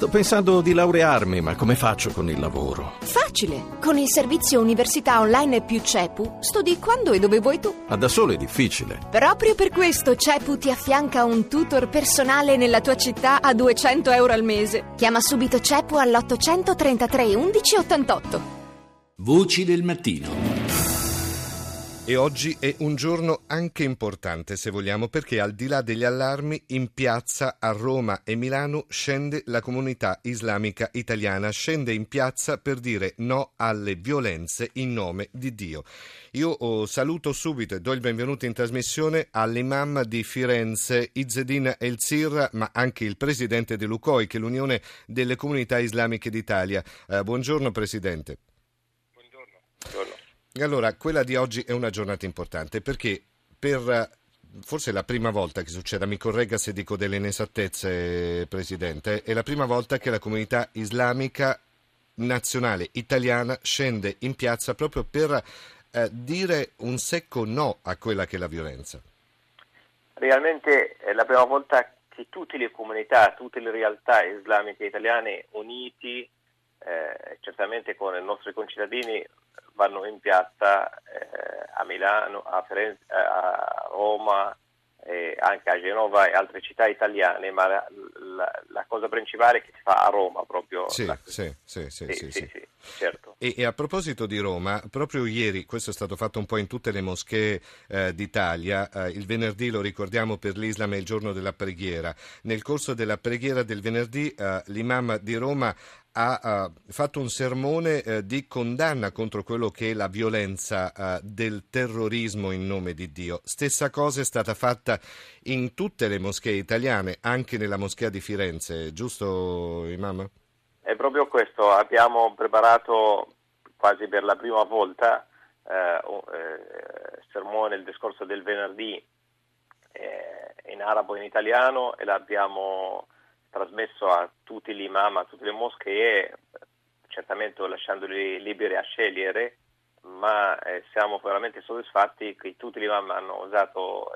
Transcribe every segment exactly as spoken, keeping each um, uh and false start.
Sto pensando di laurearmi, ma come faccio con il lavoro? Facile! Con il servizio Università Online più CEPU studi quando e dove vuoi tu. Ma da solo è difficile. Proprio per questo CEPU ti affianca un tutor personale nella tua città a duecento euro al mese. Chiama subito CEPU all'ottocentotrentatré undici ottantotto. Voci del mattino. E oggi è un giorno anche importante, se vogliamo, perché al di là degli allarmi, in piazza a Roma e Milano scende la comunità islamica italiana, scende in piazza per dire no alle violenze in nome di Dio. Io oh, saluto subito e do il benvenuto in trasmissione all'imam di Firenze, Izzedine El Sirra, ma anche il presidente dell'U C O I, che è l'Unione delle Comunità Islamiche d'Italia. Eh, buongiorno Presidente. Buongiorno. Buongiorno. Allora, quella di oggi è una giornata importante perché per forse è la prima volta che succeda, mi corregga se dico delle inesattezze, Presidente, è la prima volta che la comunità islamica nazionale italiana scende in piazza proprio per eh, dire un secco no a quella che è la violenza. Realmente è la prima volta che tutte le comunità, tutte le realtà islamiche italiane uniti, eh, certamente con i nostri concittadini, vanno in piazza eh, a Milano, a Firenze, a Roma, e anche a Genova e altre città italiane, ma la, la, la cosa principale è che si fa a Roma proprio. Sì, la... sì, sì, sì, sì, sì, sì, sì. sì, certo. E, e a proposito di Roma, proprio ieri, questo è stato fatto un po' in tutte le moschee eh, d'Italia, eh, il venerdì, lo ricordiamo, per l'Islam è il giorno della preghiera. Nel corso della preghiera del venerdì eh, l'imam di Roma ha uh, fatto un sermone uh, di condanna contro quello che è la violenza uh, del terrorismo in nome di Dio. Stessa cosa è stata fatta in tutte le moschee italiane, anche nella moschea di Firenze, giusto imam? È proprio questo, abbiamo preparato quasi per la prima volta eh, un eh, sermone, il discorso del venerdì eh, in arabo e in italiano, e l'abbiamo trasmesso a tutti gli imam, a tutte le moschee, certamente lasciandoli liberi a scegliere, ma eh, siamo veramente soddisfatti che tutti gli imam hanno usato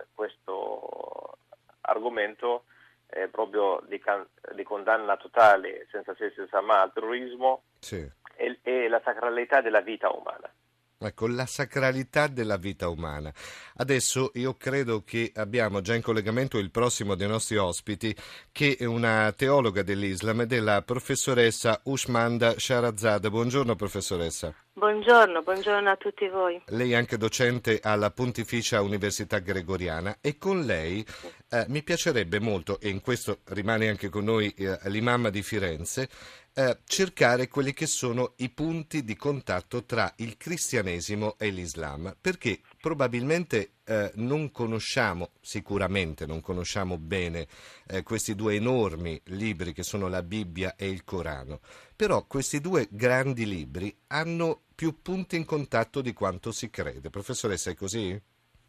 questo argomento eh, proprio di, can- di condanna totale, senza se senza ma al terrorismo, sì, e, e la sacralità della vita umana. Ecco, la sacralità della vita umana. Adesso io credo che abbiamo già in collegamento il prossimo dei nostri ospiti, che è una teologa dell'Islam ed è la professoressa Ushmanda Shahrazad. Buongiorno professoressa. Buongiorno, buongiorno a tutti voi. Lei è anche docente alla Pontificia Università Gregoriana e con lei eh, mi piacerebbe molto, e in questo rimane anche con noi eh, l'imam di Firenze, eh, cercare quelli che sono i punti di contatto tra il cristianesimo e l'Islam, perché probabilmente eh, non conosciamo, sicuramente non conosciamo bene eh, questi due enormi libri che sono la Bibbia e il Corano, però questi due grandi libri hanno più punti in contatto di quanto si crede. Professoressa, è così?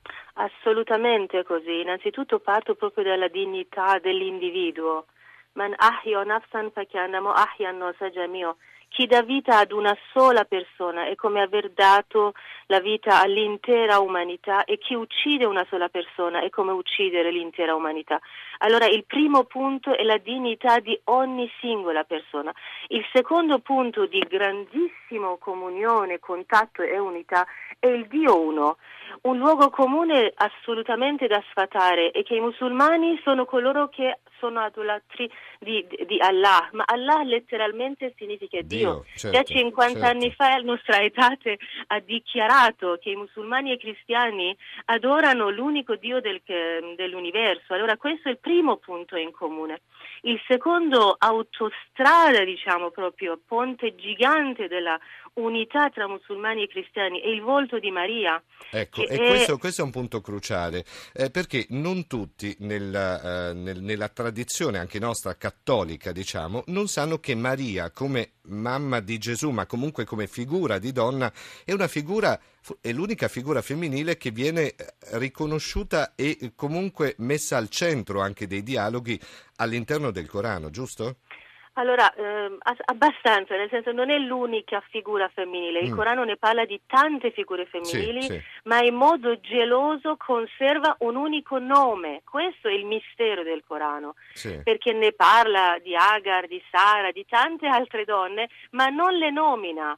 Assolutamente così. Innanzitutto parto proprio dalla dignità dell'individuo. Man ahya nafsan fakannama ahya an-nasa jami'an. Chi dà vita ad una sola persona è come aver dato la vita all'intera umanità, e chi uccide una sola persona è come uccidere l'intera umanità. Allora il primo punto è la dignità di ogni singola persona. Il secondo punto di grandissimo comunione, contatto e unità è il Dio uno. Un luogo comune assolutamente da sfatare è che i musulmani sono coloro che sono adolatri di, di Allah, ma Allah letteralmente significa Dio. Dio, certo, Già cinquanta certo. anni fa il nostro Etate ha dichiarato che i musulmani e i cristiani adorano l'unico Dio del, dell'universo. Allora questo è il primo punto in comune. Il secondo, autostrada, diciamo proprio, ponte gigante della unità tra musulmani e cristiani, è il volto di Maria. Ecco, e è... questo, questo è un punto cruciale, eh, perché non tutti nella, eh, nel, nella tradizione anche nostra cattolica, diciamo, non sanno che Maria, come mamma di Gesù, ma comunque come figura di donna, è una figura, è l'unica figura femminile che viene riconosciuta e comunque messa al centro anche dei dialoghi all'interno del Corano, giusto? Allora, ehm, abbastanza, nel senso non è l'unica figura femminile, il mm. Corano ne parla di tante figure femminili, sì, sì. ma in modo geloso conserva un unico nome, questo è il mistero del Corano, sì. perché ne parla di Agar, di Sara, di tante altre donne, ma non le nomina.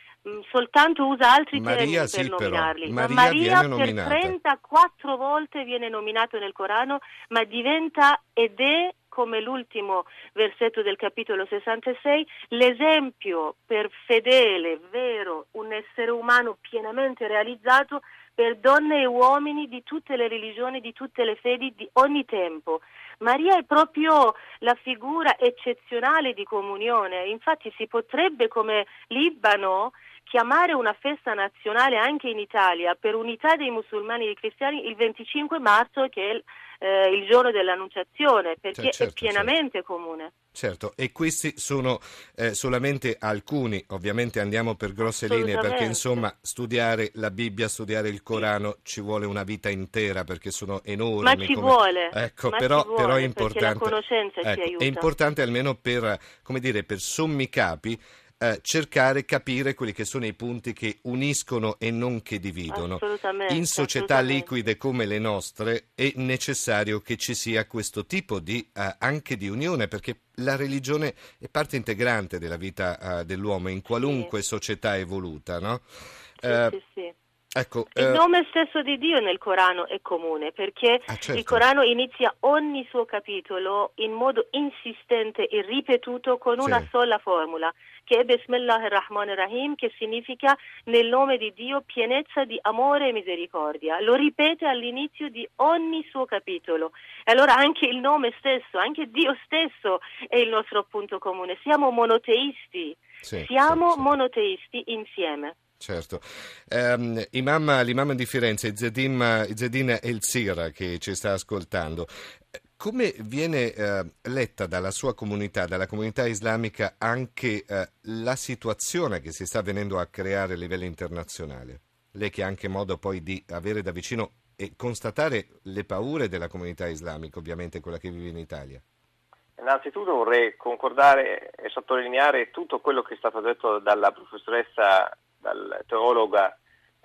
Soltanto usa altri Maria, termini sì, per nominarli. Maria, Maria viene per nominata. trentaquattro volte viene nominato nel Corano, ma diventa ed è, come l'ultimo versetto del capitolo sessantasei, l'esempio per fedele, vero, un essere umano pienamente realizzato per donne e uomini di tutte le religioni, di tutte le fedi, di ogni tempo. Maria è proprio la figura eccezionale di comunione, infatti si potrebbe come Libano chiamare una festa nazionale anche in Italia per unità dei musulmani e dei cristiani il venticinque marzo, che è il, eh, il giorno dell'Annunciazione, perché certo, è pienamente certo. comune. Certo, e questi sono eh, solamente alcuni, ovviamente andiamo per grosse linee, perché insomma studiare la Bibbia, studiare il Corano ci vuole una vita intera, perché sono enormi. Ma ci come... vuole, ecco, ma però, ci vuole, però è importante, perché la conoscenza ecco, ci aiuta. È importante almeno per, come dire, per sommi capi, Eh, cercare, capire quelli che sono i punti che uniscono e non che dividono. In società liquide come le nostre è necessario che ci sia questo tipo di eh, anche di unione, perché la religione è parte integrante della vita eh, dell'uomo in qualunque sì. società evoluta, no? Sì, eh, sì, sì. Ecco, il eh... nome stesso di Dio nel Corano è comune, perché ah, certo. il Corano inizia ogni suo capitolo in modo insistente e ripetuto con una sì. sola formula, che è Bismillahirrahmanirrahim, che significa nel nome di Dio pienezza di amore e misericordia. Lo ripete all'inizio di ogni suo capitolo. E allora anche il nome stesso, anche Dio stesso è il nostro punto comune. Siamo monoteisti, sì, siamo sì, monoteisti sì. insieme. Certo. Um, imam, l'imam di Firenze, Izzedine El-Sira, che ci sta ascoltando, come viene uh, letta dalla sua comunità, dalla comunità islamica, anche uh, la situazione che si sta venendo a creare a livello internazionale? Lei che ha anche modo poi di avere da vicino e constatare le paure della comunità islamica, ovviamente quella che vive in Italia. Innanzitutto vorrei concordare e sottolineare tutto quello che è stato detto dalla professoressa, dal teologa,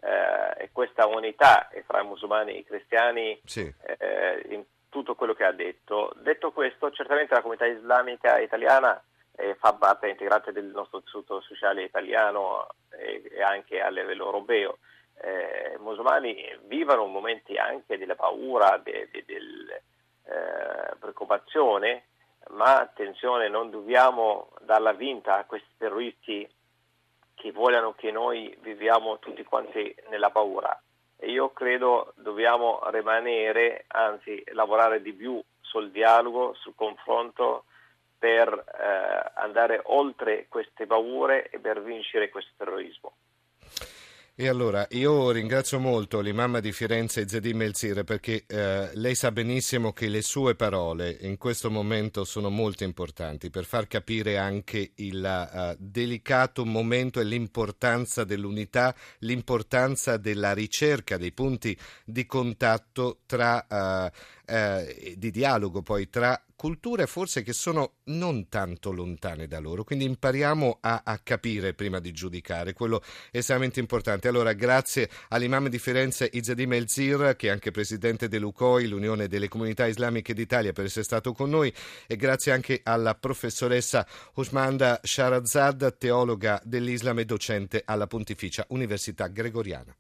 eh, e questa unità fra i musulmani e i cristiani, sì. eh, in tutto quello che ha detto. Detto questo, certamente la comunità islamica italiana eh, fa parte integrante del nostro tessuto sociale italiano e, e anche a livello europeo. Eh, I musulmani vivono momenti anche della paura, della de, de, eh, preoccupazione, ma attenzione, non dobbiamo darla vinta a questi terroristi che vogliono che noi viviamo tutti quanti nella paura. E io credo dobbiamo rimanere, anzi lavorare di più sul dialogo, sul confronto, per eh, andare oltre queste paure e per vincere questo terrorismo. E allora, io ringrazio molto l'imam di Firenze, Izzedine El-Sira, perché eh, lei sa benissimo che le sue parole in questo momento sono molto importanti per far capire anche il uh, delicato momento e l'importanza dell'unità, l'importanza della ricerca dei punti di contatto tra, uh, uh, di dialogo poi tra culture forse che sono non tanto lontane da loro, quindi impariamo a, a capire prima di giudicare, quello è estremamente importante. Allora grazie all'imam di Firenze Izzedine El-Sira, che è anche presidente dell'U C O I, l'Unione delle Comunità Islamiche d'Italia, per essere stato con noi, e grazie anche alla professoressa Houshmanda Shahrazad, teologa dell'Islam e docente alla Pontificia Università Gregoriana.